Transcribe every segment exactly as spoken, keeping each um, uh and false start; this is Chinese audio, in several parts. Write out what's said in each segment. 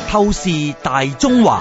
透視大中華。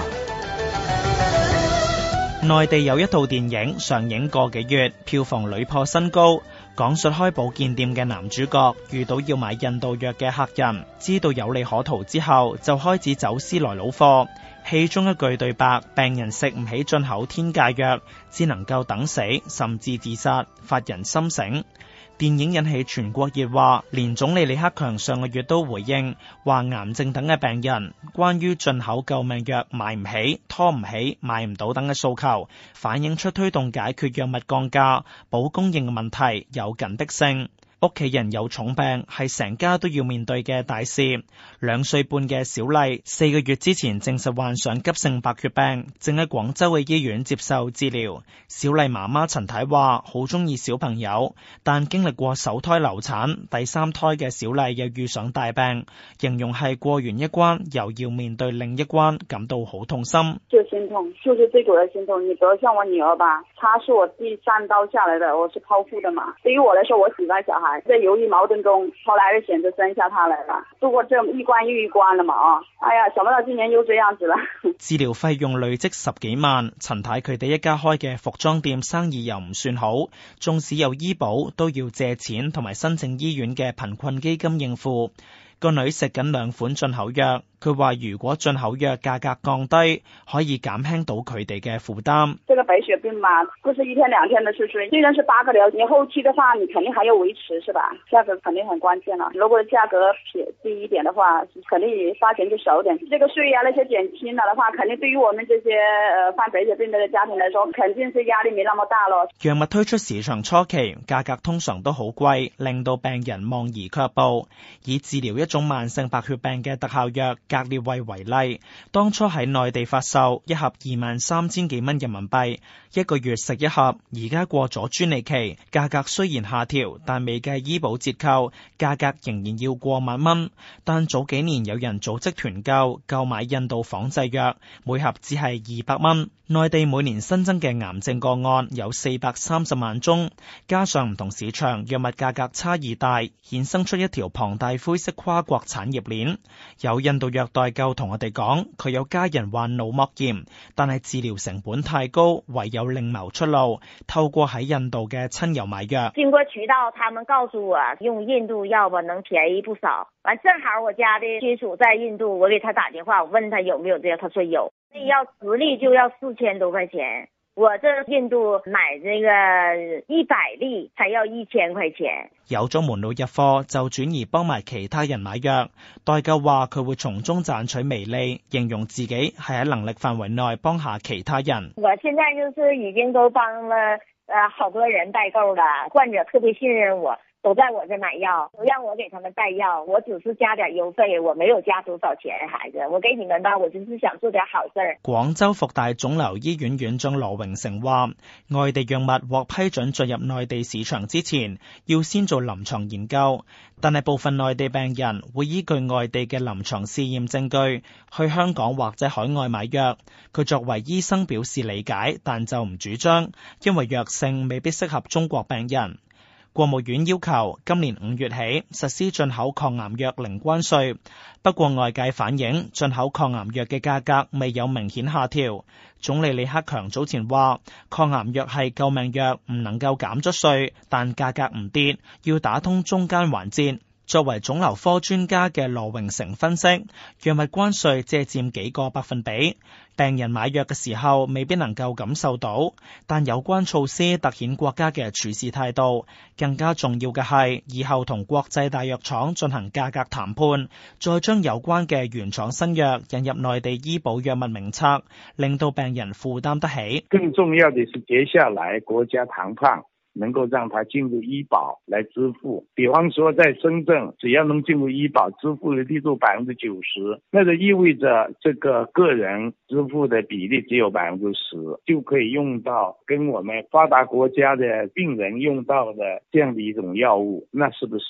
內地有一套電影上映個幾月，票房屢破新高。講述開保健店嘅男主角遇到要買印度藥嘅客人，知道有利可圖之後，就開始走私來佬貨。戲中一句對白，病人食唔起進口天價藥，只能夠等死，甚至自殺，發人心醒。電影引起全國熱話，連總理李克強上個月都回應，話癌症等嘅病人關於進口救命藥買唔起、拖唔起、買唔到等嘅訴求，反映出推動解決藥物降價、保供應嘅問題有緊迫性。屋企人有重病係成家都要面對嘅大事。兩歲半嘅小麗四個月之前證實患上急性白血病，正喺廣州嘅醫院接受治療。小麗媽媽陳太話好中意小朋友，但經歷過首胎流產，第三胎嘅小麗又遇上大病，形容係過完一關又要面對另一關，感到好痛心。 就心痛，就是最主要的心痛。你比如像我女兒吧，她是我第三刀下來的，我是剖腹的嘛。對於我來說，我喜歡小孩。在猶豫矛盾中，後來還是選擇生下他來了。度過這一關又一關了嘛啊！哎呀，想不到今年又這樣子了。 治療費用累積十幾萬，陳太佢哋一家開嘅服裝店生意又唔算好，縱使有醫保都要借錢同埋申請醫院嘅貧困基金應付。個女食緊兩款進口藥，佢話如果進口藥價格降低，可以減輕到佢哋嘅負擔。 這個白血病嘛，不是一天兩天的事情，雖然是八個療，你後期的話，你肯定還要維持，是吧？價格肯定很關鍵了。如果價格撇低一點的話，肯定花錢就少點。這個稅呀那些減輕了的話，肯定對於我們這些呃患白血病的家庭來說，肯定是壓力沒那麼大咯。 藥物推出市場初期，價格通常都好貴，令到病人望而卻步。以治療一種慢性白血病嘅特效藥格列衛為例，當初喺內地發售一盒二萬三千幾蚊人民幣，一個月食一盒。而家過咗專利期，價格雖然下調，但未計醫保折扣，價格仍然要過萬蚊。但早幾年有人組織團購購買印度仿製藥，每盒只係二百蚊。內地每年新增嘅癌症個案有四百三十萬宗，加上唔同市場藥物價格差異大，衍生出一條龐大灰色跨國產業鏈。有印度藥代購同我哋講，佢有家人患腦膜炎，但係治療成本太高，唯有另謀出路，透過喺印度嘅親友買藥。 經過渠道，他們告訴我用印度藥吧能便宜不少。完正好我家的親屬在印度，我給他打電話，我問他有沒有這個，他說有。要十粒就要四千多塊錢，我這印度買這個一百粒才要一千塊錢。 有咗門路入貨，就轉移幫埋其他人買藥。代購話佢會從中賺取微利，形容自己係喺能力範圍內幫下其他人。 我現在就是已經都幫了呃好多人代購了，患者特別信任我，都在我這買藥，不讓我給他們帶藥，我只是加點郵費，我沒有加多少錢。孩子，我給你們吧，我就是想做點好事。 廣州復大腫瘤醫院院長羅榮成話，外地藥物獲批准進入內地市場之前，要先做臨床研究，但係部分內地病人會依據外地嘅臨床試驗證據去香港或者海外買藥。佢作為醫生表示理解，但就唔主張，因為藥性未必適合中國病人。國務院要求今年五月起實施進口抗癌藥零關稅，不過外界反映進口抗癌藥嘅價格未有明顯下調。總理李克強早前話，抗癌藥係救命藥，唔能夠減咗稅，但價格唔跌，要打通中間環節。作為腫瘤科專家嘅羅榮成分析，藥物關稅只係佔幾個百分比，病人買藥嘅時候未必能夠感受到，但有關措施凸顯國家嘅處事態度。更加重要嘅係，以後同國際大藥廠進行價格談判，再將有關嘅原廠新藥引入內地醫保藥物名冊，令到病人負擔得起。 更重要的是，接下來國家談判能夠讓它進入醫保來支付，比方說在深圳，只要能進入醫保支付的力度百分之九十，那就意味着這個個人支付的比例只有百分之十，就可以用到跟我們發達國家的病人用到的這樣的一種藥物，那是不是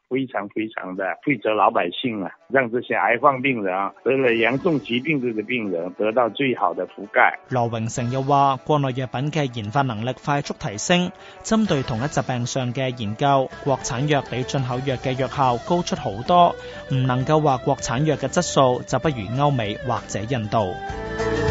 非常非常的惠泽老百姓啊，让這些癌患病人啊，得了嚴重疾病嘅病人得到最好的覆蓋。 羅榮成又話，國內藥品嘅研發能力快速提升，針對同一疾病上嘅研究，國產藥比進口藥嘅藥效高出好多，唔能夠話國產藥嘅質素就不如歐美或者印度。